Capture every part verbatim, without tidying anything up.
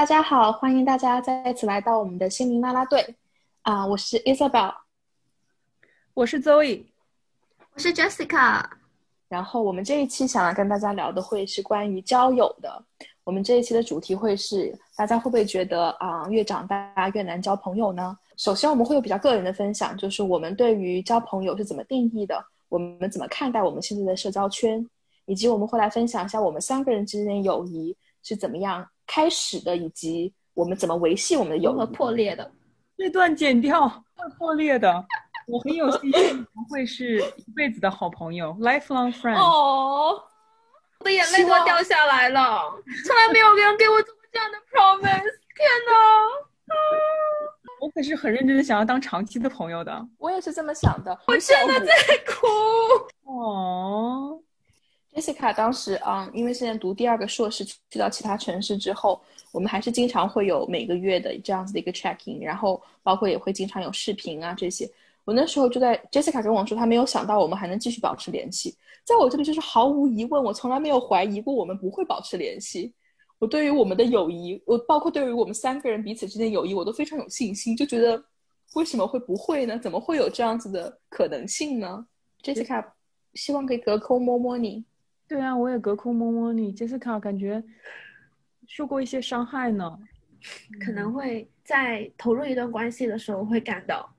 大家好，欢迎大家再次来到我们的心灵啦啦队啊、我是 Isabel。 我是 Zoe。 我是 Jessica。 然后我们这一期想要跟大家聊的会是关于交友的。我们这一期的主题会是大家会不会觉得啊、越长大越难交朋友呢？首先我们会有比较个人的分享，就是我们对于交朋友是怎么定义的，我们怎么看待我们现在的社交圈，以及我们会来分享一下我们三个人之间的友谊是怎么样开始的，以及我们怎么维系我们的友谊。 如何破裂的？ 这段剪掉，会破裂的。我很有信心，我们会是一辈子的好朋友 ，lifelong friends。 哦，我的眼泪都要掉下来了，从来没有人给我做过这样的 promise。天哪！ 我可是很认真的想要当长期的朋友的。 我也是这么想的， 我真的在哭。 哦， Jessica 当时啊、嗯，因为现在读第二个硕士，去到其他城市之后，我们还是经常会有每个月的这样子的一个 check in， 然后包括也会经常有视频啊这些。我那时候就在 Jessica 跟我说，她没有想到我们还能继续保持联系。在我这里就是毫无疑问，我从来没有怀疑过我们不会保持联系。我对于我们的友谊，我包括对于我们三个人彼此之间的友谊，我都非常有信心，就觉得为什么会不会呢？怎么会有这样子的可能性呢 ？Jessica 希望可以隔空摸摸你。 对啊，我也隔空摸摸你，Jessica 感觉受过一些伤害呢。 可能会在投入一段关系的时候会感到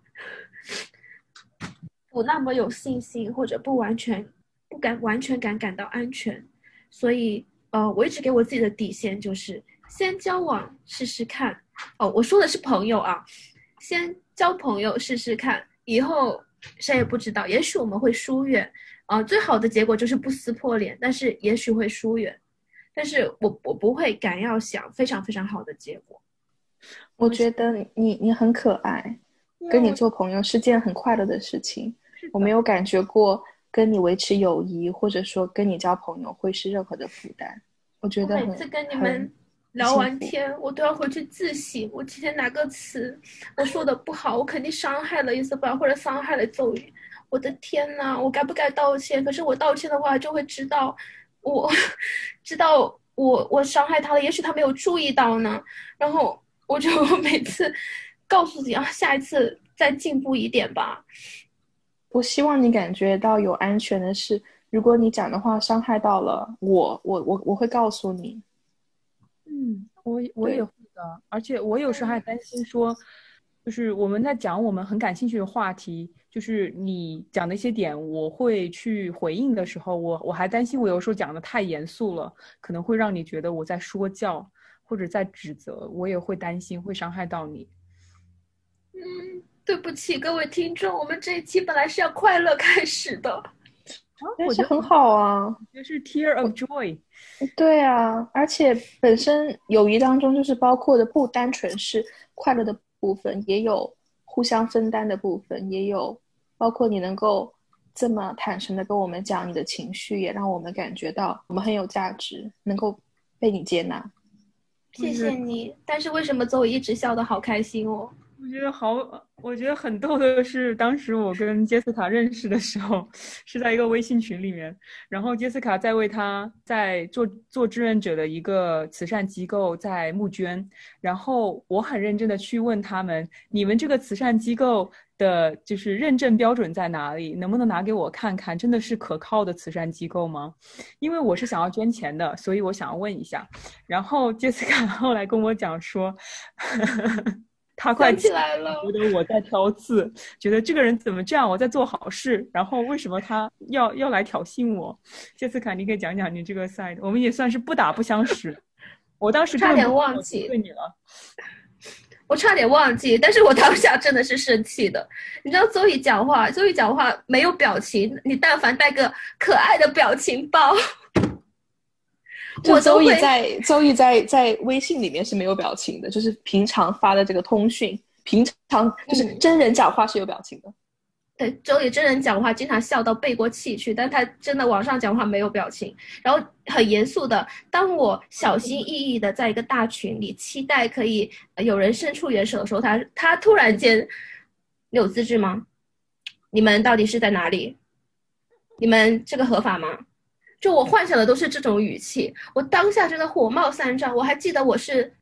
不那么有信心，或者不完全不敢完全感感到安全，所以呃，我一直给我自己的底线就是先交往试试看。哦，我说的是朋友啊，先交朋友试试看，以后谁也不知道，也许我们会疏远啊、呃，最好的结果就是不撕破脸，但是也许会疏远，但是我我不会敢要想非常非常好的结果。 我觉得你你很可爱，跟你做朋友是件很快乐的事情。我没有感觉过跟你维持友谊，或者说跟你交朋友会是任何的负担。我觉得很， 我每次跟你们聊完天，我都要回去自省，我今天哪个词我说的不好，我肯定伤害了伊斯巴或者伤害了周瑜。我的天哪，我该不该道歉？可是我道歉的话，就会知道我知道我我伤害他了，也许他没有注意到呢。然后我就每次告诉自己啊，下一次再进步一点吧。 我希望你感觉到有安全的是，如果你讲的话伤害到了我，我我我会告诉你。 嗯，我我也会的，而且我有时候还担心说，就是我们在讲我们很感兴趣的话题，就是你讲的一些点，我会去回应的时候，我我还担心我有时候讲的太严肃了，可能会让你觉得我在说教或者在指责，我也会担心会伤害到你。 嗯，对不起各位听众，我们这一期本来是要快乐开始的。 啊， 我觉得很好啊， 我觉得是 tear of joy。 对啊，而且本身友谊当中就是包括的不单纯是快乐的部分，也有互相分担的部分，也有包括你能够这么坦诚的跟我们讲你的情绪，也让我们感觉到我们很有价值，能够被你接纳。 谢谢你，但是为什么邹一直笑得好开心哦？ 我觉得好，我觉得很逗的是，当时我跟杰斯卡认识的时候，是在一个微信群里面，然后杰斯卡在为他在做做志愿者的一个慈善机构在募捐，然后我很认真的去问他们，你们这个慈善机构的就是认证标准在哪里？能不能拿给我看看？真的是可靠的慈善机构吗？因为我是想要捐钱的，所以我想要问一下。然后杰斯卡后来跟我讲说。他快起来了， 觉得我在挑刺，觉得这个人怎么这样？我在做好事，然后为什么他要要来挑衅我？杰斯卡，你可以讲讲你这个 side。我们也算是不打不相识。我当时差点忘记对你了， 我差点忘记，但是我当下真的是生气的。你知道周易讲话，周易讲话没有表情，你但凡带个可爱的表情包。 就周易在周易在在微信里面是没有表情的，就是平常发的这个通讯，平常就是真人讲话是有表情的。 嗯、对，周易真人讲话经常笑到背过气去，但他真的网上讲话没有表情，然后很严肃的。当我小心翼翼的在一个大群里期待可以有人伸出援手的时候，他他突然间，你有资质吗？你们到底是在哪里？你们这个合法吗？就我幻想的都是这种语气，我当下真的火冒三丈。我还记得我是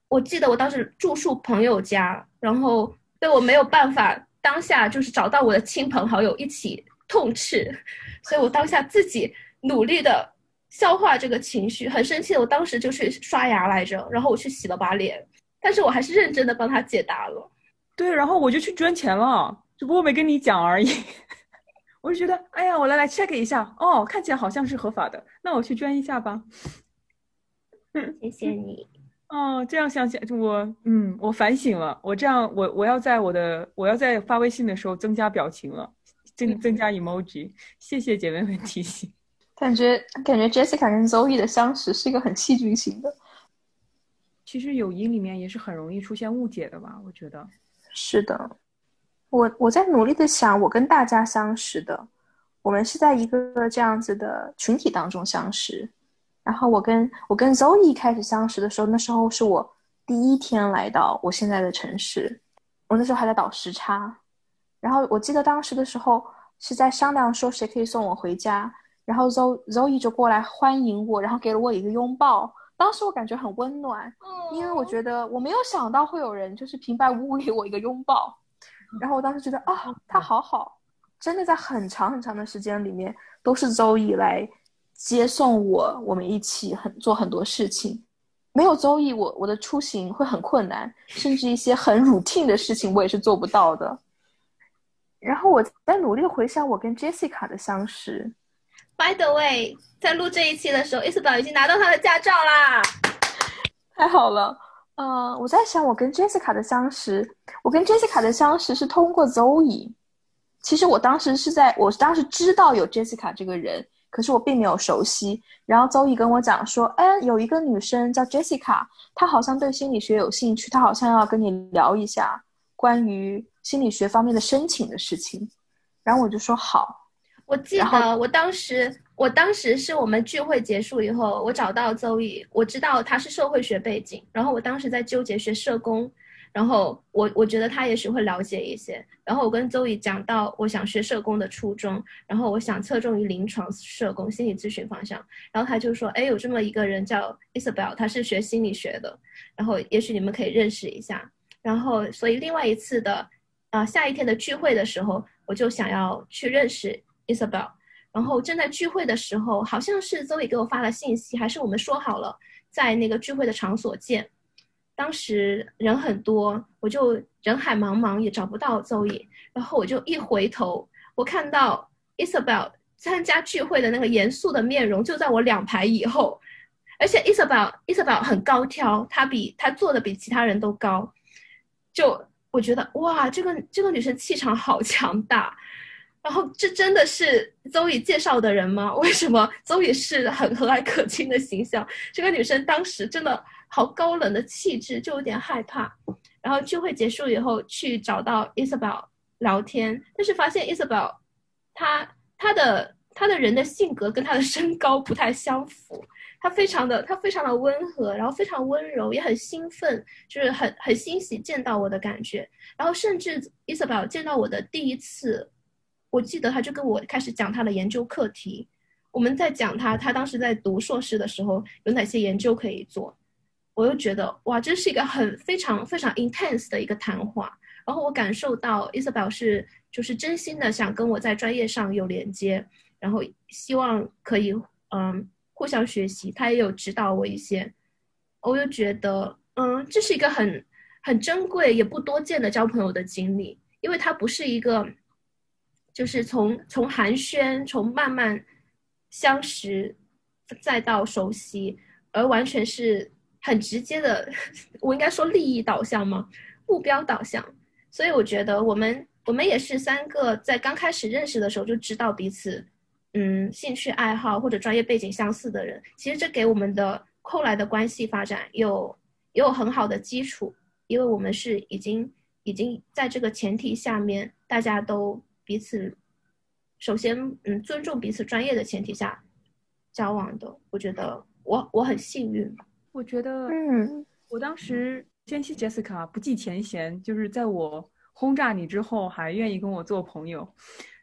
我记得我当时住宿朋友家，然后对我没有办法当下就是找到我的亲朋好友一起痛斥，所以我当下自己努力的消化这个情绪，很生气的我当时就去刷牙来着，然后我去洗了把脸，但是我还是认真的帮他解答了。 对，然后我就去捐钱了，只不过没跟你讲而已。我就觉得，哎呀，我来来 check 一下，哦，看起来好像是合法的，那我去捐一下吧。 谢谢你。 哦，这样想起来，我嗯，我反省了，我这样，我我要在我的我要在发微信的时候增加表情了，增增加 emoji。谢谢姐妹们提醒。 感觉感觉 Jessica 跟 Zoe 的相识是一个很戏剧性的。 其实友谊里面也是很容易出现误解的吧，我觉得。 是的，我我在努力的想，我跟大家相识的，我们是在一个这样子的群体当中相识。然后我跟我跟 Zoe 开始相识的时候，那时候是我第一天来到我现在的城市，我那时候还在倒时差。然后我记得当时的时候是在商量说谁可以送我回家，然后 Zoe Zoe 就过来欢迎我，然后给了我一个拥抱。当时我感觉很温暖，因为我觉得我没有想到会有人就是平白无故给我一个拥抱，然后我当时觉得啊、哦，他好好，真的在很长很长的时间里面都是Zoe来接送我，我们一起很做很多事情。没有Zoe，我我的出行会很困难，甚至一些很 routine 的事情我也是做不到的。然后我在努力回想我跟 Jessica 的相识。 By the way， 在录这一期的时候 Isabel 已经拿到她的驾照啦， 太好了。呃，我在想我跟 Jessica 的相识，我跟 Jessica 的相识是通过 Zoe。其实我当时是在我当时知道有 Jessica 这个人，可是我并没有熟悉。然后 Zoe 跟我讲说，哎，有一个女生叫 Jessica， 她好像对心理学有兴趣，她好像要跟你聊一下关于心理学方面的申请的事情。然后我就说好。 我记得我当时我当时是我们聚会结束以后，我找到Zoe，我知道她是社会学背景，然后我当时在纠结学社工，然后我我觉得她也许会了解一些，然后我跟Zoe讲到我想学社工的初衷，然后我想侧重于临床社工心理咨询方向，然后他就说，哎，有这么一个人叫 Isabel， 他是学心理学的，然后也许你们可以认识一下。然后所以另外一次的呃下一天的聚会的时候，我就想要去认识Isabel， 然后正在聚会的时候，好像是 Zoe 给我发了信息，还是我们说好了在那个聚会的场所见。当时人很多，我就人海茫茫也找不到 Zoe， 然后我就一回头，我看到 Isabel 参加聚会的那个严肃的面容就在我两排以后，而且 Isabel Isabel 很高挑，她比她坐的比其他人都高，就我觉得哇，这个这个女生气场好强大。然后这真的是 Zoe 介绍的人吗？为什么 Zoe 是很和蔼可亲的形象？这个女生当时真的好高冷的气质，就有点害怕。然后聚会结束以后，去找到 Isabel 聊天，但是发现 Isabel 她她的她的人的性格跟她的身高不太相符。她非常的她非常的温和，然后非常温柔，也很兴奋，就是很很欣喜见到我的感觉。然后甚至 Isabel 见到我的第一次。我记得他就跟我开始讲他的研究课题，我们在讲他他当时在读硕士的时候有哪些研究可以做，我又觉得哇，这是一个很非常非常 intense 的一个谈话，然后我感受到 Isabel 是就是真心的想跟我在专业上有连接，然后希望可以嗯互相学习，他也有指导我一些，我就觉得嗯这是一个很很珍贵也不多见的交朋友的经历，因为他不是一个就是从从寒暄，从慢慢相识，再到熟悉，而完全是很直接的，我应该说利益导向吗？目标导向。所以我觉得我们我们也是三个在刚开始认识的时候就知道彼此，嗯，兴趣爱好或者专业背景相似的人，其实这给我们的后来的关系发展有也有很好的基础，因为我们是已经已经在这个前提下面，大家都。彼此首先嗯尊重彼此专业的前提下交往的，我觉得我我很幸运。 我觉得嗯， 我当时珍惜 Jessica 不计前嫌，就是在我轰炸你之后还愿意跟我做朋友，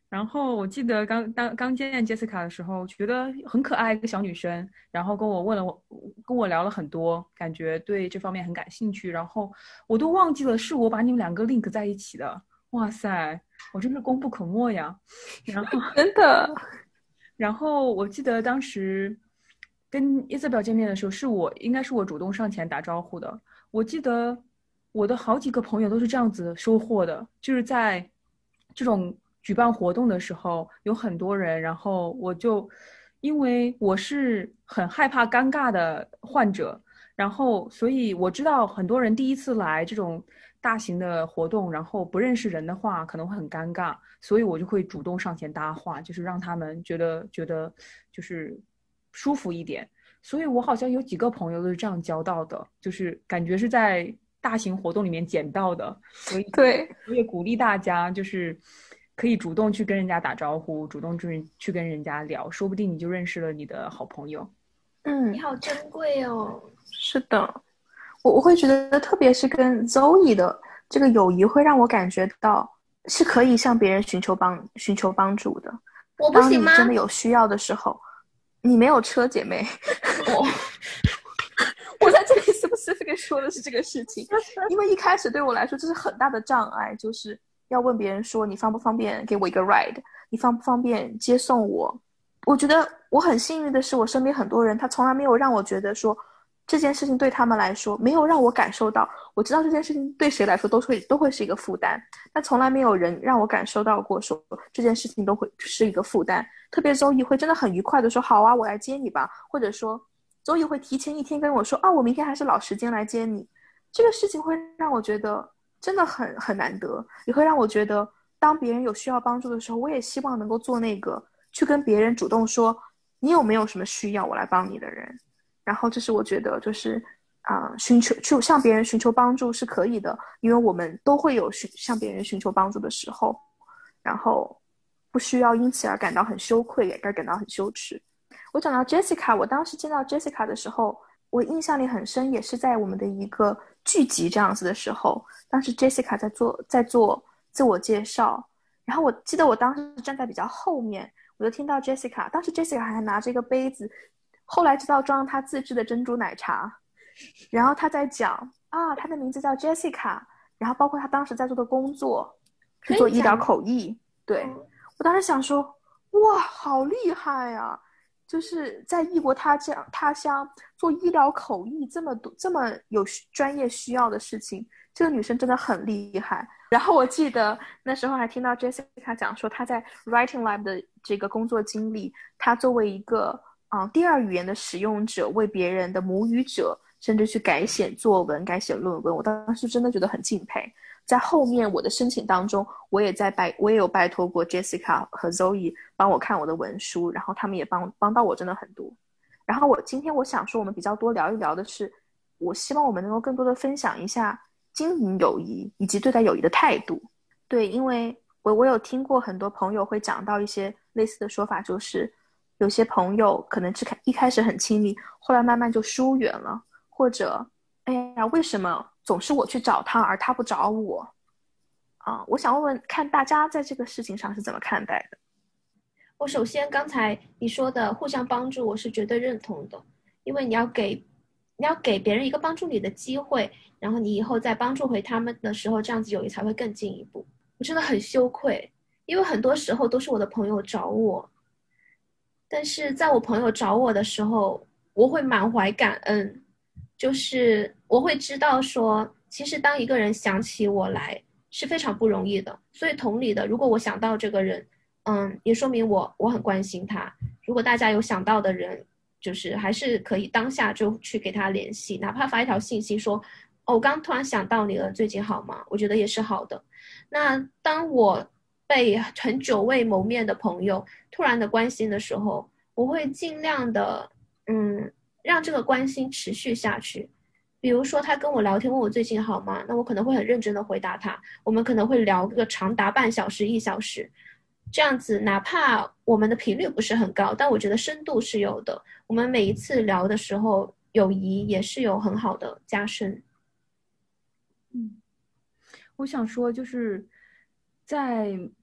然后我记得刚当刚见杰斯卡的时候，觉得很可爱一个小女生，然后跟我问了我跟我聊了很多，感觉对这方面很感兴趣，然后我都忘记了是我把你们两个 link 在一起的。哇塞，我真是功不可没呀！然后真的， 然后我记得当时跟伊泽表见面的时候，是我应该是我主动上前打招呼的。我记得我的好几个朋友都是这样子收获的，就是在这种举办活动的时候，有很多人，然后我就因为我是很害怕尴尬的患者，然后所以我知道很多人第一次来这种大型的活动，然后不认识人的话可能会很尴尬，所以我就会主动上前搭话，就是让他们觉得觉得就是舒服一点。所以我好像有几个朋友都是这样交到的，就是感觉是在大型活动里面捡到的。所以对， 我也鼓励大家，就是可以主动去跟人家打招呼，主动去去跟人家聊，说不定你就认识了你的好朋友。 嗯， 你好珍贵哦。 是的，我我会觉得，特别是跟 Zoe 的这个友谊，会让我感觉到是可以向别人寻求帮寻求帮助的。当你我不行吗？ 真的有需要的时候，你没有车，姐妹。 我我在这里是不是跟说的是这个事情？因为一开始对我来说这是很大的障碍，就是要问别人说你方不方便给我一个 ride， 你方不方便接送我。我觉得我很幸运的是，我身边很多人他从来没有让我觉得说这件事情对他们来说，没有让我感受到，我知道这件事情对谁来说都会都会是一个负担，但从来没有人让我感受到过说这件事情都会是一个负担。特别周易会真的很愉快的说好啊，我来接你吧，或者说周易会提前一天跟我说啊，我明天还是老时间来接你。这个事情会让我觉得真的很很难得，也会让我觉得当别人有需要帮助的时候，我也希望能够做那个去跟别人主动说你有没有什么需要我来帮你的人。然后这是我觉得就是啊、呃，寻求去向别人寻求帮助是可以的，因为我们都会有寻向别人寻求帮助的时候，然后不需要因此而感到很羞愧，而感到很羞耻。我讲到 Jessica， 我当时见到 Jessica 的时候，我印象里很深，也是在我们的一个剧集这样子的时候，当时 Jessica 在做在做自我介绍，然后我记得我当时站在比较后面，我就听到 Jessica， 当时 Jessica 还拿着一个杯子，后来知道装她自制的珍珠奶茶，然后她在讲啊，她的名字叫 Jessica， 然后包括她当时在做的工作是做医疗口译。对，我当时想说，哇，好厉害啊！就是在异国他乡他乡做医疗口译这么多这么有专业需要的事情，这个女生真的很厉害。然后我记得那时候还听到 Jessica 讲说她在 Writing Lab 的这个工作经历，她作为一个嗯、呃、第二语言的使用者，为别人的母语者甚至去改写作文改写论文，我当时真的觉得很敬佩。在后面我的申请当中，我也在拜，我也有拜托过 Jessica 和 Zoe 帮我看我的文书，然后他们也帮帮到我真的很多。然后我今天我想说，我们比较多聊一聊的是，我希望我们能够更多的分享一下经营友谊以及对待友谊的态度。对，因为我我有听过很多朋友会讲到一些类似的说法，就是有些朋友可能是一开始很亲密，后来慢慢就疏远了，或者哎呀，为什么总是我去找他，而他不找我？啊，我想问问，看大家在这个事情上是怎么看待的？ 我首先刚才你说的互相帮助，我是绝对认同的，因为你要给你要给别人一个帮助你的机会，然后你以后再帮助回他们的时候，这样子友谊才会更进一步。我真的很羞愧，因为很多时候都是我的朋友找我，但是在我朋友找我的时候，我会满怀感恩，就是我会知道说，其实当一个人想起我来是非常不容易的。所以同理的，如果我想到这个人，嗯，也说明我我很关心他。如果大家有想到的人，就是还是可以当下就去给他联系，哪怕发一条信息说，哦，我刚突然想到你了，最近好吗？我觉得也是好的。那当我被很久未谋面的朋友突然的关心的时候，我会尽量的嗯让这个关心持续下去。比如说他跟我聊天问我最近好吗，那我可能会很认真的回答他，我们可能会聊个长达半小时一小时，这样子哪怕我们的频率不是很高，但我觉得深度是有的，我们每一次聊的时候友谊也是有很好的加深。 嗯，我想说就是在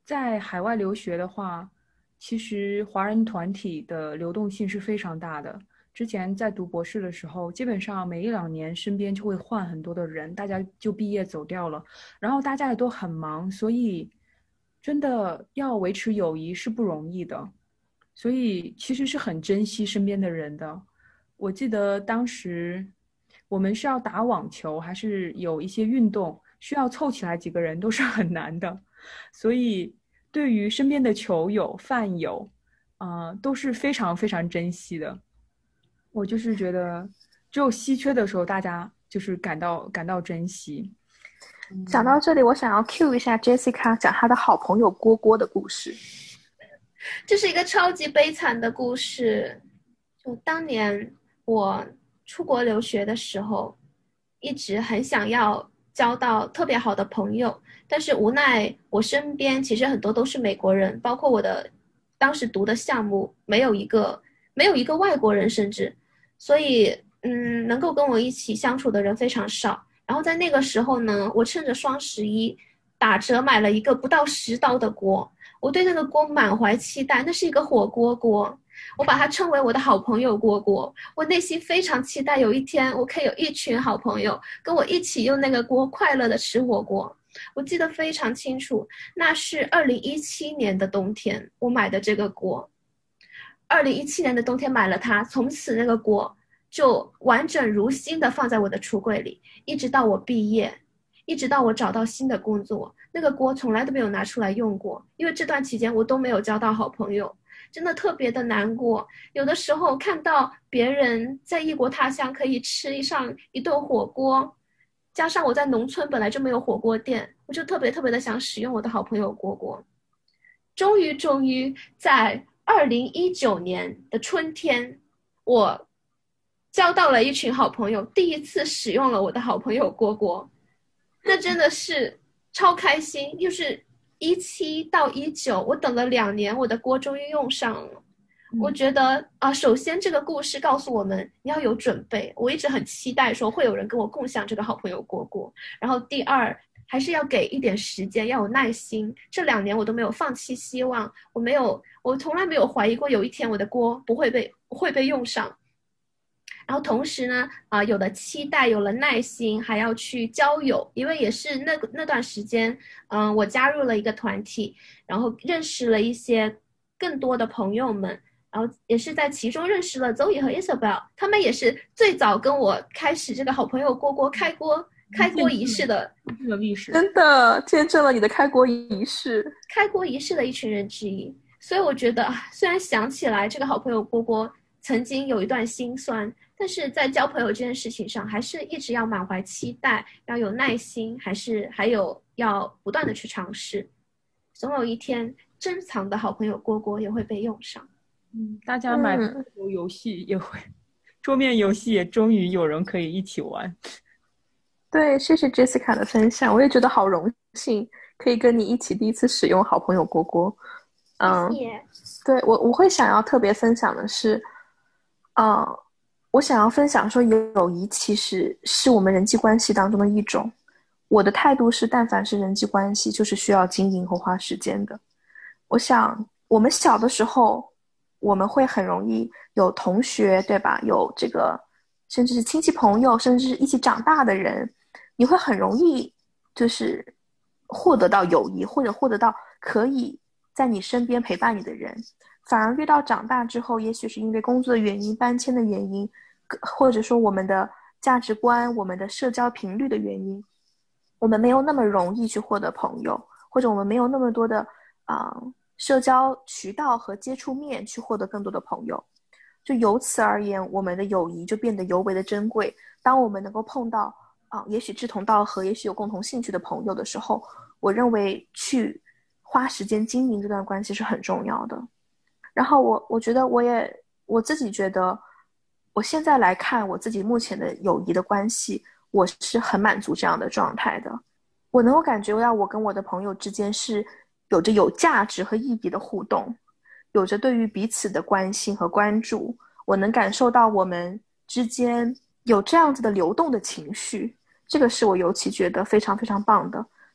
在海外留学的话，其实华人团体的流动性是非常大的。之前在读博士的时候，基本上每一两年身边就会换很多的人，大家就毕业走掉了，然后大家也都很忙，所以真的要维持友谊是不容易的，所以其实是很珍惜身边的人的。我记得当时我们是要打网球，还是有一些运动需要凑起来几个人都是很难的，所以对于身边的球友、饭友，啊、呃，都是非常非常珍惜的。我就是觉得，只有稀缺的时候，大家就是感到感到珍惜。 讲到这里，我想要 cue 一下 Jessica 讲她的好朋友郭郭的故事。 这是一个超级悲惨的故事。就当年我出国留学的时候，一直很想要交到特别好的朋友，但是无奈我身边其实很多都是美国人，包括我的当时读的项目没有一个没有一个外国人，甚至所以嗯，能够跟我一起相处的人非常少。然后在那个时候呢，我趁着双十一打折买了一个不到十刀的锅，我对那个锅满怀期待，那是一个火锅锅，我把它称为我的好朋友锅锅。我内心非常期待有一天我可以有一群好朋友跟我一起用那个锅快乐的吃火锅。我记得非常清楚，那是二零一七年的冬天我买的这个锅。二零一七年的冬天买了它，从此那个锅就完整如新的放在我的橱柜里，一直到我毕业，一直到我找到新的工作，那个锅从来都没有拿出来用过，因为这段期间我都没有交到好朋友，真的特别的难过。有的时候看到别人在异国他乡可以吃上一顿火锅，加上我在农村本来就没有火锅店，我就特别特别的想使用我的好朋友锅锅。终于终于在二零一九年的春天，我交到了一群好朋友，第一次使用了我的好朋友锅锅，那真的是超开心。就是一七到一九，我等了两年，我的锅终于用上了。嗯、我觉得啊、呃，首先这个故事告诉我们你要有准备，我一直很期待说会有人跟我共享这个好朋友锅锅。然后第二，还是要给一点时间，要有耐心。这两年我都没有放弃希望，我没有，我从来没有怀疑过有一天我的锅不会被不会被用上。然后同时呢，啊、呃，有了期待，有了耐心，还要去交友，因为也是那那段时间，嗯、呃，我加入了一个团体，然后认识了一些更多的朋友们，然后也是在其中认识了 Zoe 和 Isabel， 他们也是最早跟我开始这个好朋友锅锅开锅开锅仪式的历史， 真的见证了你的开锅仪式， 开锅仪式的一群人之一。所以我觉得，虽然想起来这个好朋友锅锅曾经有一段心酸，但是在交朋友这件事情上，还是一直要满怀期待，要有耐心，还是还有要不断的去尝试。总有一天，珍藏的好朋友锅锅也会被用上。 嗯，大家买桌游戏也会，嗯、桌面游戏也终于有人可以一起玩。 对，谢谢 Jessica 的分享，我也觉得好荣幸，可以跟你一起第一次使用好朋友锅锅。嗯， 谢谢。 对，我我会想要特别分享的是，呃，我想要分享说，友谊其实是我们人际关系当中的一种。我的态度是，但凡是人际关系，就是需要经营和花时间的。我想，我们小的时候，我们会很容易有同学，对吧？有这个，甚至是亲戚朋友，甚至是一起长大的人，你会很容易就是获得到友谊，或者获得到可以在你身边陪伴你的人。反而越到长大之后，也许是因为工作的原因、搬迁的原因，或者说我们的价值观、我们的社交频率的原因，我们没有那么容易去获得朋友，或者我们没有那么多的啊、呃、社交渠道和接触面去获得更多的朋友。就由此而言，我们的友谊就变得尤为的珍贵。当我们能够碰到啊、呃，也许志同道合，也许有共同兴趣的朋友的时候，我认为去花时间经营这段关系是很重要的。然后我我觉得我也我自己觉得，我现在来看我自己目前的友谊的关系，我是很满足这样的状态的。我能够感觉到我跟我的朋友之间是有着有价值和意义的互动，有着对于彼此的关心和关注，我能感受到我们之间有这样子的流动的情绪，这个是我尤其觉得非常非常棒的。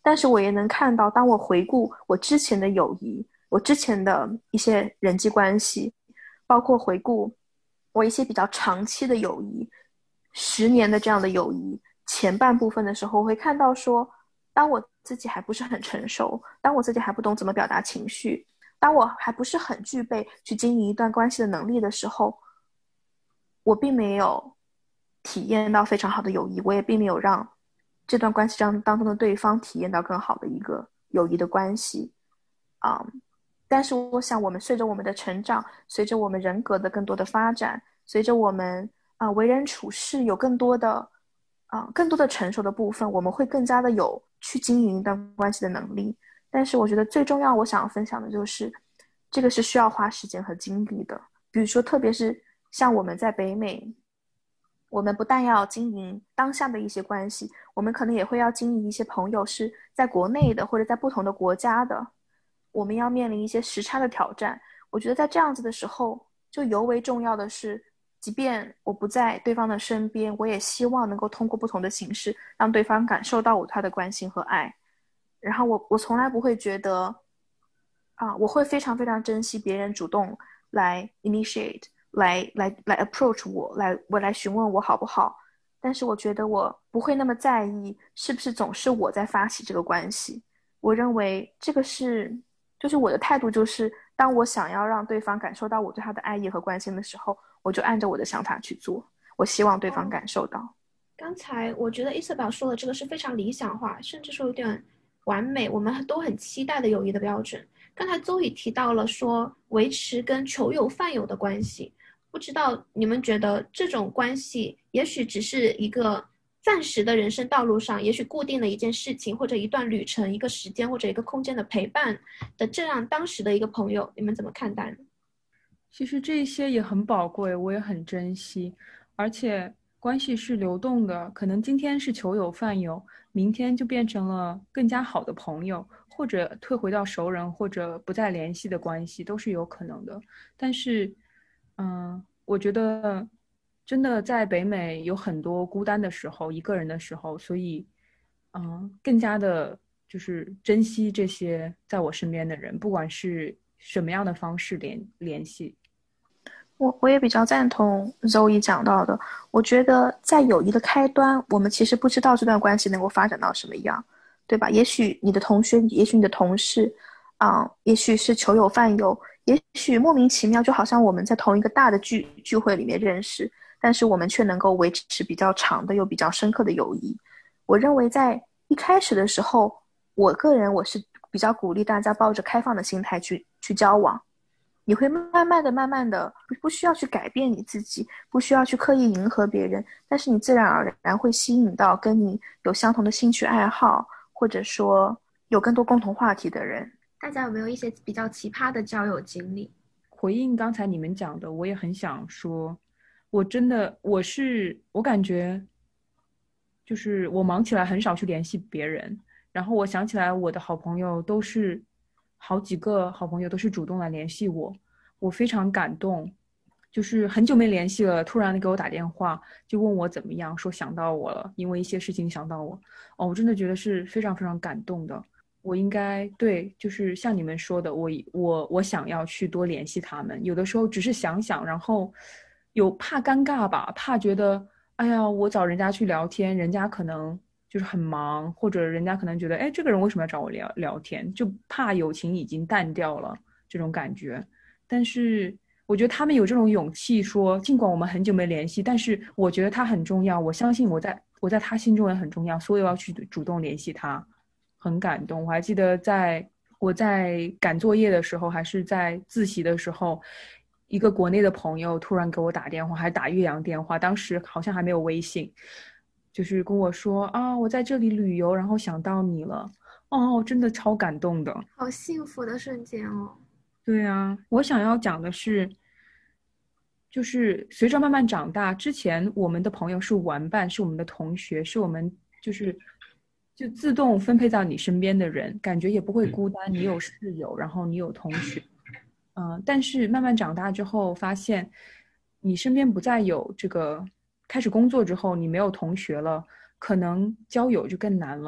但是我也能看到，当我回顾我之前的友谊，我之前的一些人际关系，包括回顾我一些比较长期的友谊，十年的这样的友谊，前半部分的时候，我会看到说，当我自己还不是很成熟，当我自己还不懂怎么表达情绪，当我还不是很具备去经营一段关系的能力的时候，我并没有体验到非常好的友谊，我也并没有让这段关系当当中的对方体验到更好的一个友谊的关系。嗯，但是我想我们随着我们的成长，随着我们人格的更多的发展，随着我们啊、呃、为人处事有更多的啊、呃、更多的成熟的部分，我们会更加的有去经营一段关系的能力。但是我觉得最重要我想要分享的就是这个是需要花时间和精力的。比如说特别是像我们在北美，我们不但要经营当下的一些关系，我们可能也会要经营一些朋友是在国内的或者在不同的国家的，我们要面临一些时差的挑战。我觉得在这样子的时候，就尤为重要的是，即便我不在对方的身边，我也希望能够通过不同的形式让对方感受到我他的关心和爱。然后我我从来不会觉得啊，我会非常非常珍惜别人主动来 initiate 来来来 approach 我，来我来询问我好不好。但是我觉得我不会那么在意是不是总是我在发起这个关系。我认为这个是就是我的态度，就是当我想要让对方感受到我对他的爱意和关心的时候，我就按照我的想法去做，我希望对方感受到。 哦，刚才我觉得伊瑟宝说的这个是非常理想化，甚至说有点完美，我们都很期待的友谊的标准。刚才邹宇提到了说维持跟球友饭友的关系，不知道你们觉得这种关系也许只是一个暂时的人生道路上，也许固定的一件事情或者一段旅程，一个时间或者一个空间的陪伴的这样当时的一个朋友，你们怎么看待呢？ 其实这些也很宝贵，我也很珍惜，而且关系是流动的，可能今天是球友饭友，明天就变成了更加好的朋友，或者退回到熟人，或者不再联系的关系，都是有可能的。但是，嗯，我觉得真的在北美有很多孤单的时候，一个人的时候，所以，嗯，更加的就是珍惜这些在我身边的人，不管是什么样的方式联联系。 我我也比较赞同 Zoe 讲到的，我觉得在友谊的开端，我们其实不知道这段关系能够发展到什么样，对吧？也许你的同学，也许你的同事，啊、呃，也许是球友饭友，也许莫名其妙，就好像我们在同一个大的聚聚会里面认识，但是我们却能够维持比较长的又比较深刻的友谊。我认为在一开始的时候，我个人我是比较鼓励大家抱着开放的心态去去交往。你会慢慢的慢慢的不需要去改变你自己，不需要去刻意迎合别人，但是你自然而然会吸引到跟你有相同的兴趣爱好，或者说有更多共同话题的人。 大家有没有一些比较奇葩的交友经历？ 回应刚才你们讲的，我也很想说，我真的我是我感觉就是我忙起来很少去联系别人，然后我想起来我的好朋友都是好几个好朋友都是主动来联系我，我非常感动，就是很久没联系了，突然给我打电话就问我怎么样，说想到我了，因为一些事情想到我。哦，我真的觉得是非常非常感动的。我应该对，就是像你们说的，我我我想要去多联系他们。有的时候只是想想，然后有怕尴尬吧，怕觉得哎呀，我找人家去聊天，人家可能就是很忙，或者人家可能觉得哎，这个人为什么要找我聊聊天，就怕友情已经淡掉了这种感觉。但是我觉得他们有这种勇气说，尽管我们很久没联系，但是我觉得他很重要，我相信我在我在他心中也很重要，所以我要去主动联系他。很感动。我还记得在我在赶作业的时候，还是在自习的时候，一个国内的朋友突然给我打电话，还打岳阳电话，当时好像还没有微信，就是跟我说啊，我在这里旅游，然后想到你了。哦，真的超感动的。 好幸福的瞬间哦。 对啊，我想要讲的是，就是随着慢慢长大，之前我们的朋友是玩伴，是我们的同学，是我们就是就自动分配到你身边的人，感觉也不会孤单。你有室友，然后你有同学，嗯、呃，但是慢慢长大之后，发现你身边不再有这个，开始工作之后，你没有同学了，可能交友就更难了。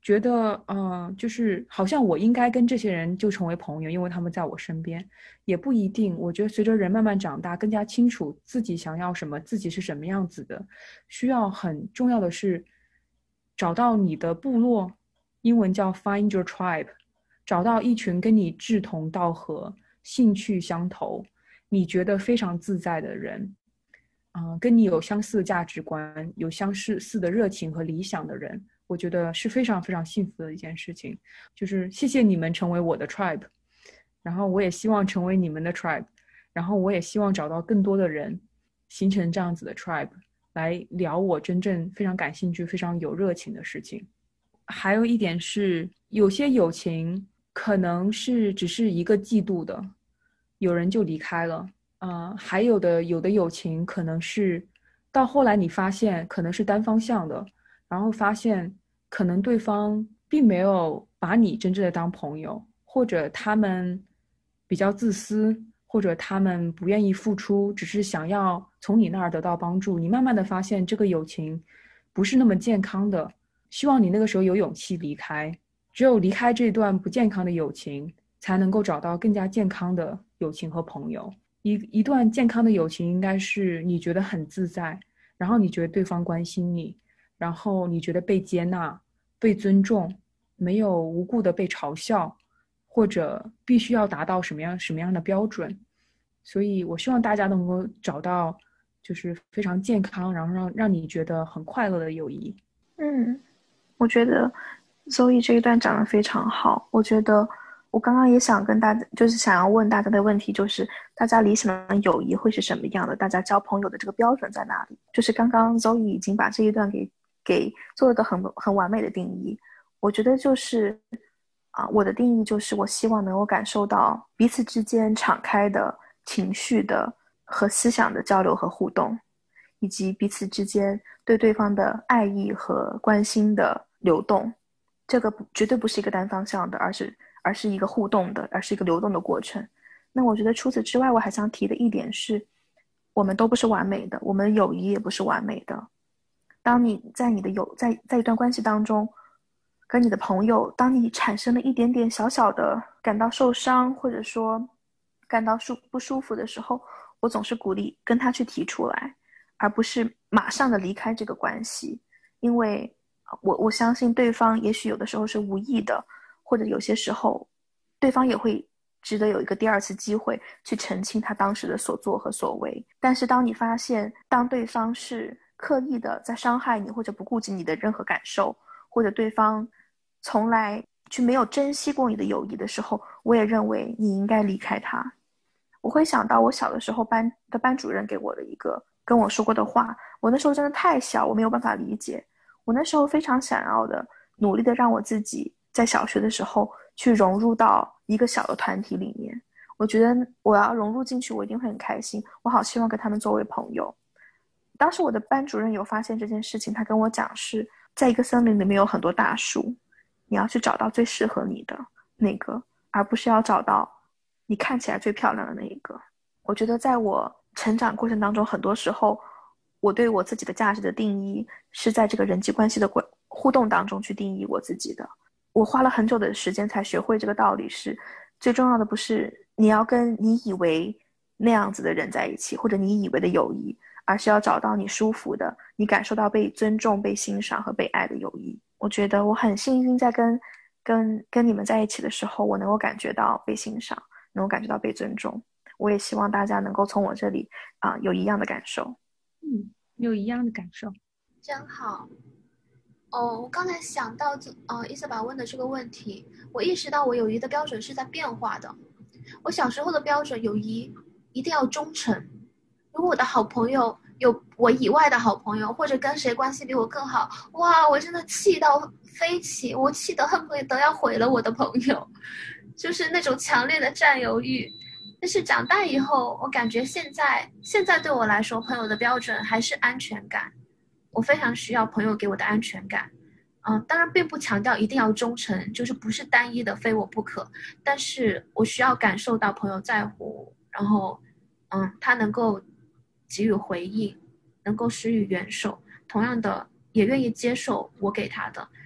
觉得呃，就是好像我应该跟这些人就成为朋友，因为他们在我身边，也不一定。我觉得随着人慢慢长大，更加清楚自己想要什么，自己是什么样子的，需要很重要的是找到你的部落，英文叫 find your tribe， 找到一群跟你志同道合、兴趣相投、你觉得非常自在的人，呃，跟你有相似的价值观、有相似的热情和理想的人。我觉得是非常非常幸福的一件事情，就是谢谢你们成为我的 tribe， 然后我也希望成为你们的 tribe， 然后我也希望找到更多的人形成这样子的 tribe 来聊我真正非常感兴趣非常有热情的事情。还有一点是，有些友情可能是只是一个季度的，有人就离开了，呃，还有的有的友情可能是到后来你发现可能是单方向的，然后发现可能对方并没有把你真正的当朋友，或者他们比较自私，或者他们不愿意付出，只是想要从你那儿得到帮助。你慢慢的发现这个友情不是那么健康的，希望你那个时候有勇气离开。只有离开这段不健康的友情，才能够找到更加健康的友情和朋友。一一段健康的友情应该是你觉得很自在，然后你觉得对方关心你，然后你觉得被接纳、被尊重，没有无故的被嘲笑，或者必须要达到什么样什么样的标准。所以我希望大家能够找到就是非常健康，然后让让你觉得很快乐的友谊。 嗯，我觉得 Zoe 这一段讲得非常好。我觉得我刚刚也想跟大家，就是想要问大家的问题，就是大家理想的友谊会是什么样的？大家交朋友的这个标准在哪里？就是刚刚 Zoe 已经把这一段给给做了个很很完美的定义。我觉得就是啊，我的定义就是我希望能够感受到彼此之间敞开的情绪的和思想的交流和互动，以及彼此之间对对方的爱意和关心的流动。这个绝对不是一个单方向的，而是而是一个互动的，而是一个流动的过程。那我觉得除此之外，我还想提的一点是，我们都不是完美的，我们友谊也不是完美的。当你在你的友在在一段关系当中，跟你的朋友，当你产生了一点点小小的感到受伤，或者说感到舒不舒服的时候，我总是鼓励跟他去提出来，而不是马上的离开这个关系。因为我我相信对方也许有的时候是无意的，或者有些时候对方也会值得有一个第二次机会去澄清他当时的所作和所为。但是当你发现当对方是刻意的在伤害你，或者不顾及你的任何感受，或者对方从来去没有珍惜过你的友谊的时候，我也认为你应该离开他。我会想到我小的时候班的班主任给我的一个跟我说过的话，我那时候真的太小，我没有办法理解。我那时候非常想要的努力的让我自己在小学的时候去融入到一个小的团体里面，我觉得我要融入进去，我一定会很开心，我好希望跟他们作为朋友。当时我的班主任有发现这件事情，他跟我讲是在一个森林里面有很多大树，你要去找到最适合你的那个，而不是要找到你看起来最漂亮的那一个。我觉得在我成长过程当中，很多时候我对我自己的价值的定义是在这个人际关系的互动当中去定义我自己的。我花了很久的时间才学会这个道理，是最重要的不是你要跟你以为那样子的人在一起，或者你以为的友谊，而是要找到你舒服的，你感受到被尊重、被欣赏和被爱的友谊。我觉得我很幸运在跟跟跟你们在一起的时候，我能够感觉到被欣赏，能够感觉到被尊重。我也希望大家能够从我这里啊、呃、有一样的感受。 嗯，有一样的感受， 真好。哦，我刚才想到，呃，伊瑟宝问的这个问题，我意识到我友谊的标准是在变化的。我小时候的标准，友谊一定要忠诚。如果我的好朋友有我以外的好朋友，或者跟谁关系比我更好，哇，我真的气到飞起，我气得恨不得要毁了我的朋友，就是那种强烈的占有欲。但是长大以后，我感觉现在现在对我来说，朋友的标准还是安全感。我非常需要朋友给我的安全感。嗯，当然并不强调一定要忠诚，就是不是单一的非我不可，但是我需要感受到朋友在乎，然后嗯，他能够给予回应，能够施予援手，同样的也愿意接受我给他的，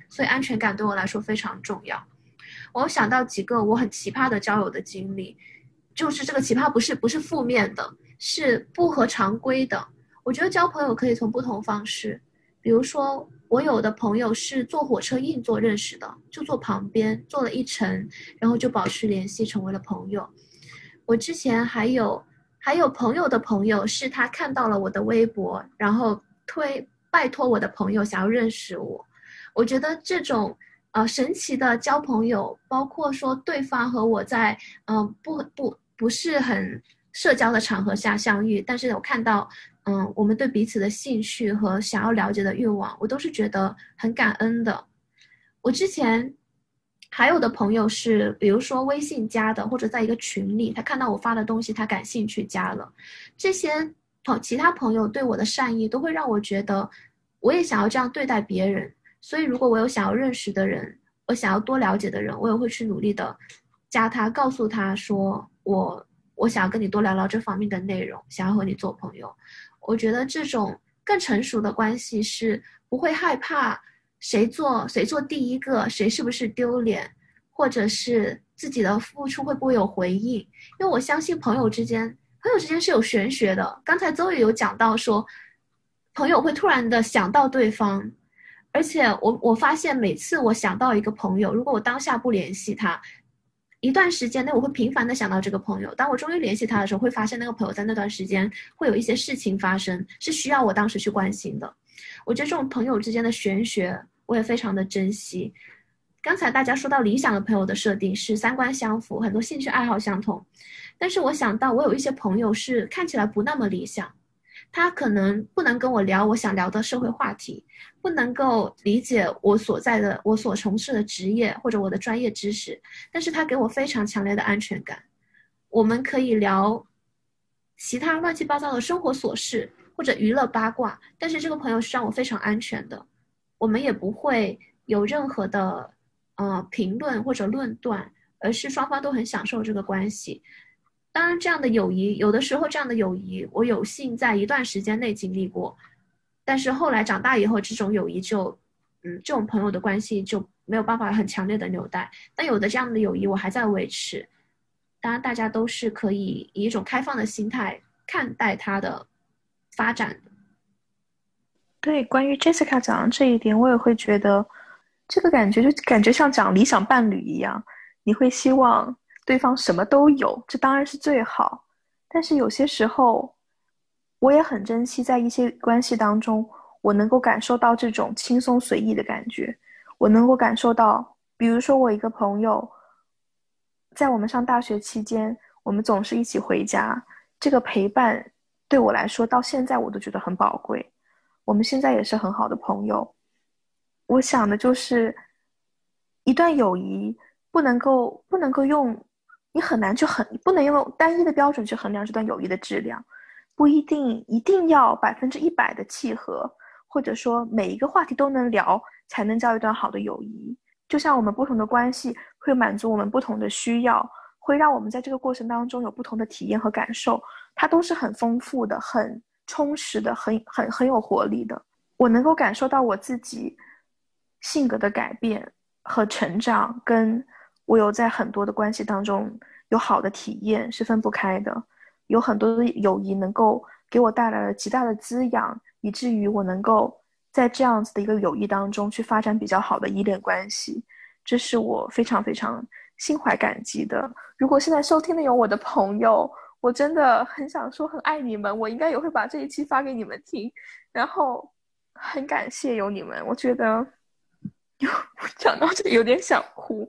所以安全感对我来说非常重要。我想到几个我很奇葩的交友的经历，就是这个奇葩不是不是负面的，是不合常规的。我觉得交朋友可以从不同方式，比如说我有的朋友是坐火车硬座认识的，就坐旁边坐了一程，然后就保持联系成为了朋友。我之前还有还有朋友的朋友是他看到了我的微博，然后推拜托我的朋友想要认识我。我觉得这种呃神奇的交朋友，包括说对方和我在嗯、呃、不不不是很社交的场合下相遇，但是我看到嗯我们对彼此的兴趣和想要了解的欲望，我都是觉得很感恩的。我之前还有的朋友是比如说微信加的，或者在一个群里他看到我发的东西他感兴趣加了，这些朋其他朋友对我的善意都会让我觉得我也想要这样对待别人。所以如果我有想要认识的人，我想要多了解的人，我也会去努力的加他，告诉他说我我想要跟你多聊聊这方面的内容，想要和你做朋友。我觉得这种更成熟的关系是不会害怕谁做谁做第一个，谁是不是丢脸，或者是自己的付出会不会有回应。因为我相信朋友之间朋友之间是有玄学的，刚才邹宇有讲到说朋友会突然的想到对方，而且我我发现每次我想到一个朋友，如果我当下不联系他，一段时间内我会频繁的想到这个朋友，当我终于联系他的时候，会发现那个朋友在那段时间会有一些事情发生，是需要我当时去关心的。我觉得这种朋友之间的玄学我也非常的珍惜。刚才大家说到理想的朋友的设定是三观相符，很多兴趣爱好相同，但是我想到我有一些朋友是看起来不那么理想，他可能不能跟我聊我想聊的社会话题，不能够理解我所在的我所从事的职业或者我的专业知识，但是他给我非常强烈的安全感。我们可以聊其他乱七八糟的生活琐事或者娱乐八卦，但是这个朋友是让我非常安全的，我们也不会有任何的呃评论或者论断，而是双方都很享受这个关系。当然这样的友谊，有的时候这样的友谊我有幸在一段时间内经历过，但是后来长大以后这种友谊就嗯，这种朋友的关系就没有办法很强烈的纽带，但有的这样的友谊我还在维持。当然大家都是可以以一种开放的心态看待它的发展的。 对，关于 Jessica 讲的这一点，我也会觉得这个感觉就感觉像讲理想伴侣一样，你会希望对方什么都有，这当然是最好。但是有些时候我也很珍惜在一些关系当中我能够感受到这种轻松随意的感觉，我能够感受到，比如说我一个朋友在我们上大学期间，我们总是一起回家，这个陪伴对我来说到现在我都觉得很宝贵，我们现在也是很好的朋友。我想的就是一段友谊不能够不能够用你很难去衡不能用单一的标准去衡量这段友谊的质量，不一定一定要百分之一百的契合，或者说每一个话题都能聊才能叫一段好的友谊。就像我们不同的关系会满足我们不同的需要，会让我们在这个过程当中有不同的体验和感受，它都是很丰富的，很充实的，很很很有活力的。我能够感受到我自己性格的改变和成长，跟我有在很多的关系当中有好的体验是分不开的。有很多的友谊能够给我带来了极大的滋养，以至于我能够在这样子的一个友谊当中去发展比较好的依恋关系，这是我非常非常心怀感激的。如果现在收听的有我的朋友，我真的很想说很爱你们，我应该也会把这一期发给你们听，然后很感谢有你们。我觉得讲到这里有点想哭。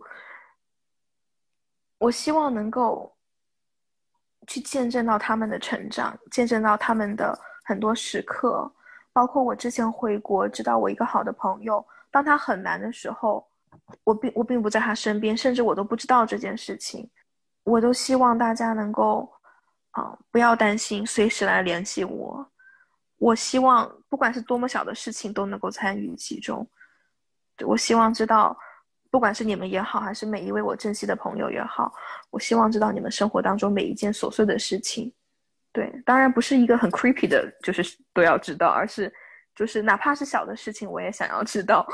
我希望能够去见证到他们的成长，见证到他们的很多时刻，包括我之前回国知道我一个好的朋友，当他很难的时候，我并我并不在他身边，甚至我都不知道这件事情。我都希望大家能够呃，不要担心，随时来联系我。我希望不管是多么小的事情都能够参与其中。我希望知道不管是你们也好，还是每一位我珍惜的朋友也好，我希望知道你们生活当中每一件琐碎的事情。对，当然不是一个很 creepy 的就是都要知道，而是就是哪怕是小的事情我也想要知道。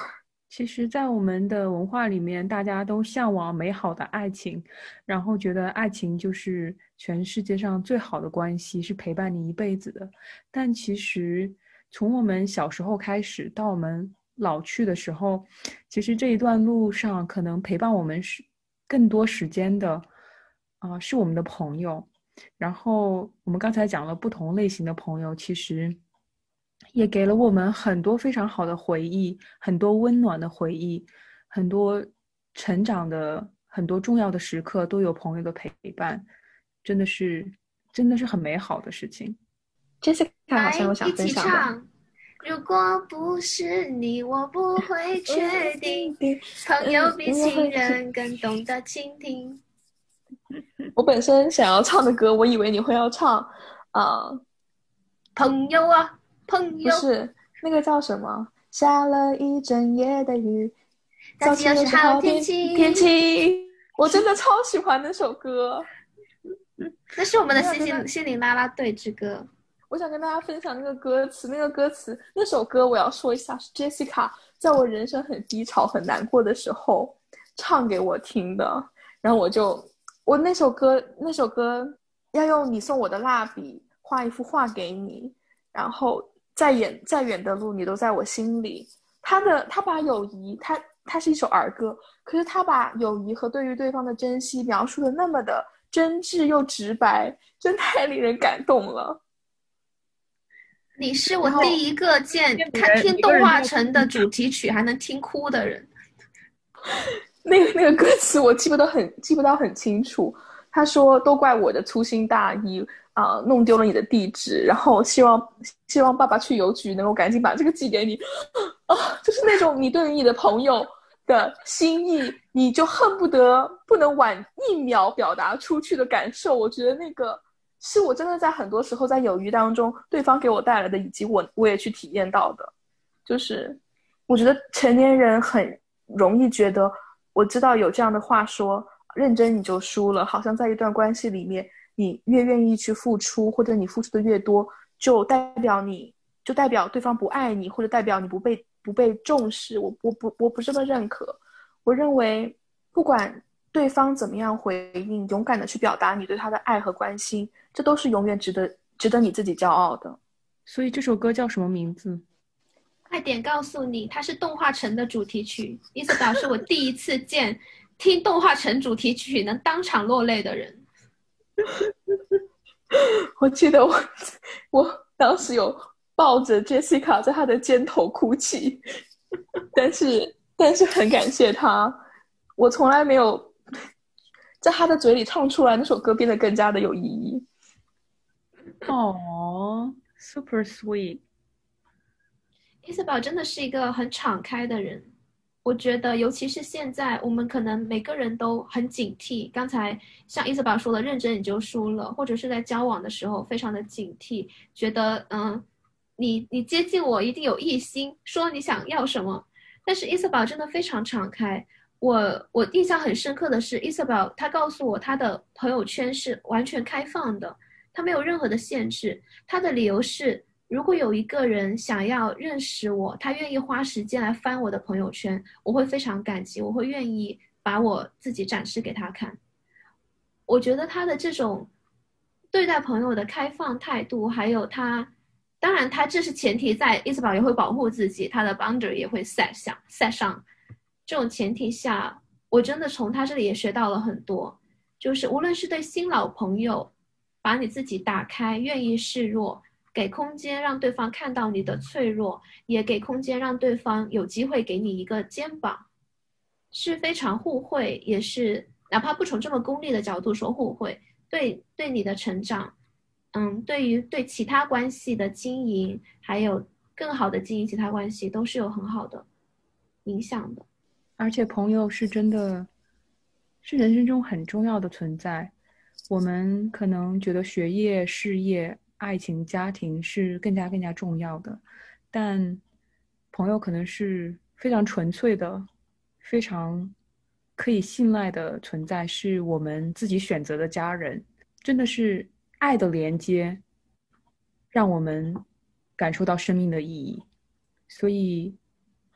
其实在我们的文化里面，大家都向往美好的爱情，然后觉得爱情就是全世界上最好的关系，是陪伴你一辈子的。但其实从我们小时候开始到我们老去的时候，其实这一段路上可能陪伴我们是更多时间的啊、呃是我们的朋友。然后我们刚才讲了不同类型的朋友，其实也给了我们很多非常好的回忆，很多温暖的回忆，很多成长的很多重要的时刻都有朋友的陪伴，真的是真的是很美好的事情。 Jessica 好像有想来一起分享的。 唱。如果不是你，我不会确定。朋友比情人更懂得倾听。 我本身想要唱的歌，我以为你会要唱，呃， 朋友啊，朋不友， 是那个叫什么？下了一整夜的雨， 早起又是好天气。 天气，我真的超喜欢那首歌。 那是我们的心我想跟灵心灵啦啦队之歌。 我想跟大家分享那个歌词，那个歌词，那首歌我要说一下，是 Jessica 在我人生很低潮、很难过的时候唱给我听的。然后我就，我那首歌，那首歌要用你送我的蜡笔画一幅画给你，然后再远再远的路，你都在我心里。他的他把友谊，他他是一首儿歌，可是他把友谊和对于对方的珍惜描述的那么的真挚又直白，真太令人感动了。 你是我第一个见看听动画城的主题曲还能听哭的人。 那个那个歌词我记不得很记不到很清楚。他说：“都怪我的粗心大意啊、呃，弄丢了你的地址，然后希望希望爸爸去邮局能够赶紧把这个寄给你。”啊，就是那种你对于你的朋友的心意，你就恨不得不能晚一秒表达出去的感受。我觉得那个是我真的在很多时候在友谊当中，对方给我带来的，以及我我也去体验到的。就是我觉得成年人很容易觉得，我知道有这样的话说，认真你就输了，好像在一段关系里面，你越愿意去付出，或者你付出的越多，就代表你就代表对方不爱你，或者代表你不被不被重视。我我不我不这么认可。我认为不管对方怎么样回应，勇敢的去表达你对他的爱和关心，这都是永远值得值得你自己骄傲的。 所以这首歌叫什么名字？ 快点告诉你，它是动画城的主题曲。伊瑟表是我第一次见听动画城主题曲能当场落泪的人。 我记得我我当时有抱着 Jessica 在她的肩头哭泣，但是但是很感谢她，我从来没有在她的嘴里唱出来，那首歌变得更加的有意义。 哦、oh, ，super sweet。 伊瑟宝真的是一个很敞开的人，我觉得尤其是现在，我们可能每个人都很警惕。刚才像伊瑟宝说的，认真你就输了，或者是在交往的时候非常的警惕，觉得嗯，你你接近我一定有异心，说你想要什么。但是伊瑟宝真的非常敞开，我我印象很深刻的是，伊瑟宝他告诉我他的朋友圈是完全开放的，他没有任何的限制，他的理由是，如果有一个人想要认识我，他愿意花时间来翻我的朋友圈，我会非常感激，我会愿意把我自己展示给他看。我觉得他的这种对待朋友的开放态度，还有他，当然他这是前提在伊斯堡也会保护自己，他的 boundary 也会 set 上 set 上。这种前提下，我真的从他这里也学到了很多，就是无论是对新老朋友，把你自己打开，愿意示弱。给空间让对方看到你的脆弱，也给空间让对方有机会给你一个肩膀，是非常互惠，也是哪怕不从这么功利的角度说互惠，对对你的成长，嗯，对于对其他关系的经营，还有更好的经营其他关系，都是有很好的影响的。 而且朋友是真的，是人生中很重要的存在。我们可能觉得学业、事业、爱情、家庭是更加更加重要的，但朋友可能是非常纯粹的、非常可以信赖的存在，是我们自己选择的家人。真的是爱的连接，让我们感受到生命的意义。所以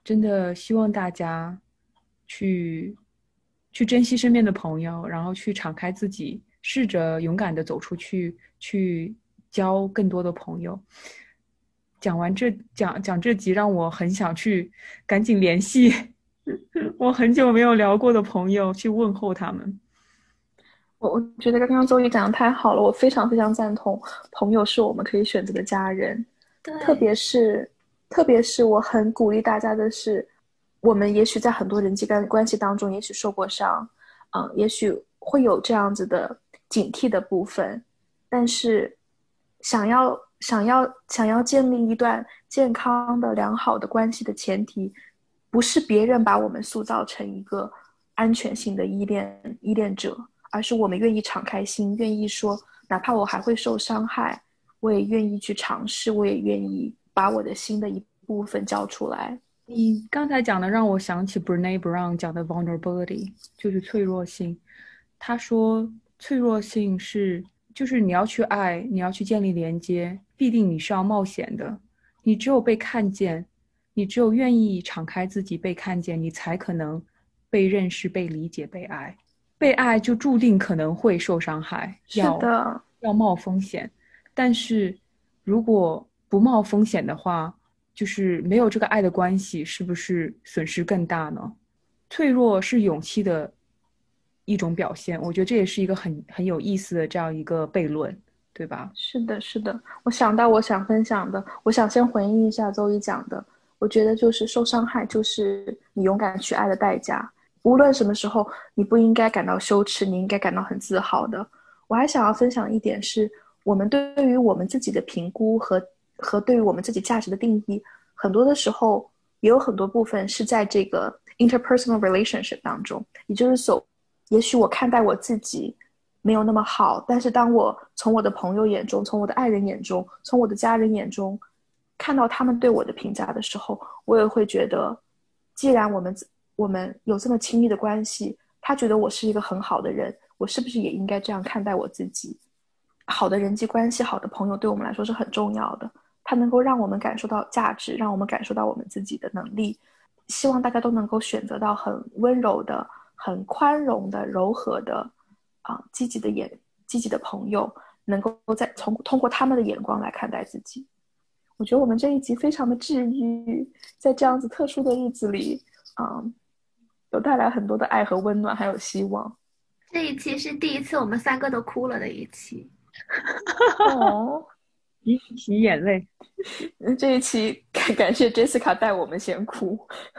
真的希望大家去去珍惜身边的朋友，然后去敞开自己，试着勇敢的走出去，去交更多的朋友。讲完这讲讲这集，让我很想去赶紧联系我很久没有聊过的朋友，去问候他们。 我我觉得刚刚周瑜讲的太好了，我非常非常赞同，朋友是我们可以选择的家人。 对， 特别是特别是我很鼓励大家的是，我们也许在很多人际关关系当中也许受过伤，嗯，也许会有这样子的警惕的部分，但是想要想要想要建立一段健康的良好的关系的前提，不是别人把我们塑造成一个安全性的依恋依恋者，而是我们愿意敞开心，愿意说哪怕我还会受伤害，我也愿意去尝试，我也愿意把我的心的一部分交出来。 你刚才讲的让我想起 Brené Brown 讲的 vulnerability， 就是脆弱性。他说脆弱性是就是你要去爱，你要去建立连接，必定你是要冒险的。你只有被看见，你只有愿意敞开自己被看见，你才可能被认识、被理解、被爱。被爱就注定可能会受伤害， 是的， 要要冒风险。但是如果不冒风险的话，就是没有这个爱的关系，是不是损失更大呢？脆弱是勇气的一种表现，我觉得这也是一个很很有意思的这样一个悖论，对吧？ 是的，是的。我想到我想分享的，我想先回应一下周一讲的，我觉得就是受伤害就是你勇敢去爱的代价，无论什么时候你不应该感到羞耻，你应该感到很自豪的。我还想要分享一点是，我们对于我们自己的评估和和对于我们自己价值的定义，很多的时候也有很多部分是在这个 interpersonal relationship 当中，也就是说，也许我看待我自己没有那么好，但是当我从我的朋友眼中，从我的爱人眼中，从我的家人眼中看到他们对我的评价的时候，我也会觉得，既然我们我们有这么亲密的关系，他觉得我是一个很好的人，我是不是也应该这样看待我自己？好的人际关系，好的朋友对我们来说是很重要的，它能够让我们感受到价值，让我们感受到我们自己的能力。希望大家都能够选择到很温柔的、很宽容的、柔和的啊、呃，积极的眼、积极的朋友，能够在从通过他们的眼光来看待自己。我觉得我们这一集非常的治愈，在这样子特殊的日子里，嗯，有带来很多的爱和温暖，还有希望。 这一期是第一次我们三个都哭了的一期。 哦， 一起眼泪。 这一期感谢 Jessica 带我们先哭，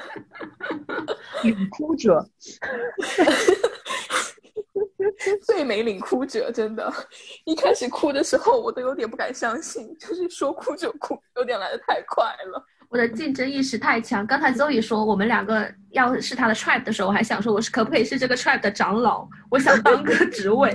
领哭者， 最美领哭者，真的，一开始哭的时候我都有点不敢相信，就是说哭就哭，有点来得太快了。 我的竞争意识太强。刚才 Zoe 说我们两个要是他的 tribe 的时候，我还想说我是可不可以是这个 tribe 的长老，我想当个职位。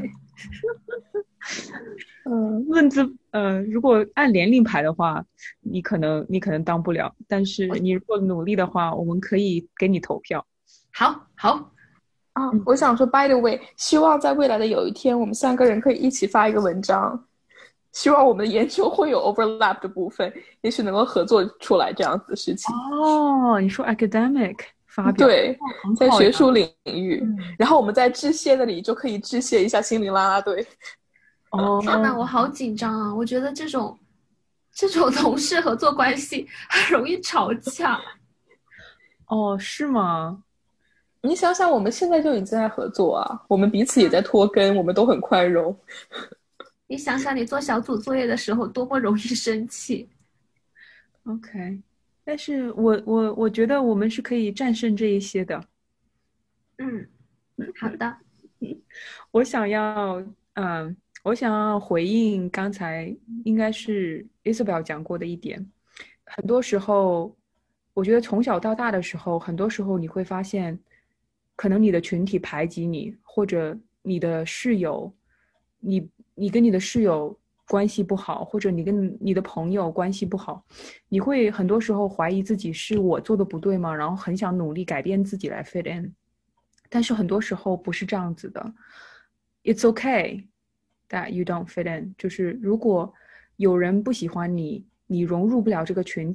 嗯，论资呃，如果按年龄排的话，你可能你可能当不了，但是你如果努力的话，我们可以给你投票。 好好啊，我想说 by the way， 希望在未来的有一天，我们三个人可以一起发一个文章，希望我们的研究会有 overlap 的部分，也许能够合作出来这样子的事情。 哦，你说 academic 发表， 对，在学术领域、 嗯、 然后我们在致谢那里就可以致谢一下心灵啦啦队。 哦， 天哪，我好紧张啊！我觉得这种这种同事合作关系很容易吵架。 哦，是吗？ 你想想，我们现在就已经在合作啊，我们彼此也在拖更，我们都很宽容。 你想想，你做小组作业的时候多么容易生气。 OK， 但是我我我觉得我们是可以战胜这一些的。 嗯，好的。 我想要，嗯。我想要回应刚才应该是 Isabel 讲过的一点，很多时候我觉得从小到大的时候，很多时候你会发现可能你的群体排挤你，或者你的室友你你跟你的室友关系不好，或者你跟你的朋友关系不好，你会很多时候怀疑自己是我做的不对吗？然后很想努力改变自己来 fit in， 但是很多时候不是这样子的。 It's okay that you don't fit in， 就是如果有人不喜欢你，你融入不了这个群体，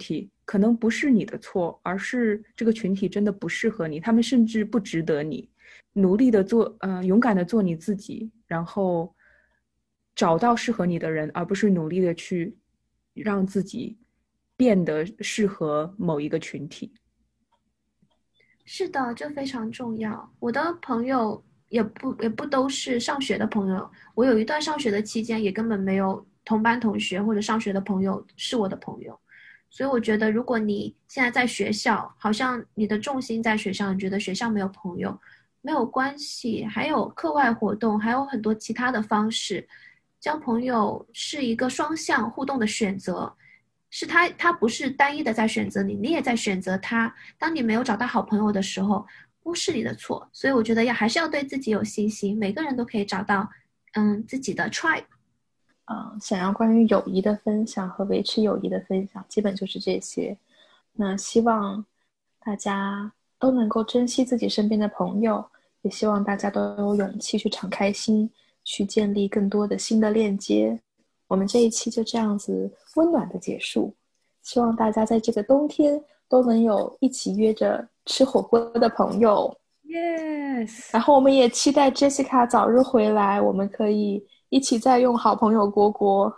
可能不是你的错，而是这个群体真的不适合你，他们甚至不值得你。努力的做，呃，勇敢的做你自己，然后找到适合你的人，而不是努力的去让自己变得适合某一个群体。 是的，这非常重要。我的朋友也不也不都是上学的朋友，我有一段上学的期间也根本没有同班同学或者上学的朋友是我的朋友。所以我觉得，如果你现在在学校，好像你的重心在学校，你觉得学校没有朋友，没有关系，还有课外活动，还有很多其他的方式。交朋友是一个双向互动的选择，是他他不是单一的在选择你，你也在选择他。当你没有找到好朋友的时候，不是你的错。所以我觉得要还是要对自己有信心，每个人都可以找到嗯自己的 tribe。 嗯，想要关于友谊的分享和维持友谊的分享，基本就是这些。那希望大家都能够珍惜自己身边的朋友，也希望大家都有勇气去敞开心，去建立更多的新的链接。我们这一期就这样子温暖的结束，希望大家在这个冬天都能有一起约着吃火锅的朋友。 Yes， 然后我们也期待 Jessica 早日回来，我们可以一起再用好朋友锅锅。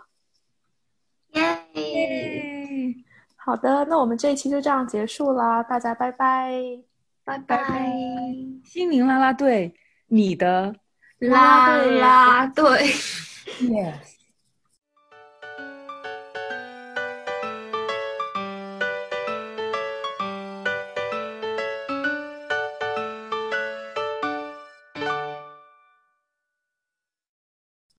耶！ 好的，那我们这一期就这样结束啦，大家拜拜， 拜拜拜。 拜。 心灵啦啦队，你的啦啦队。 Yes。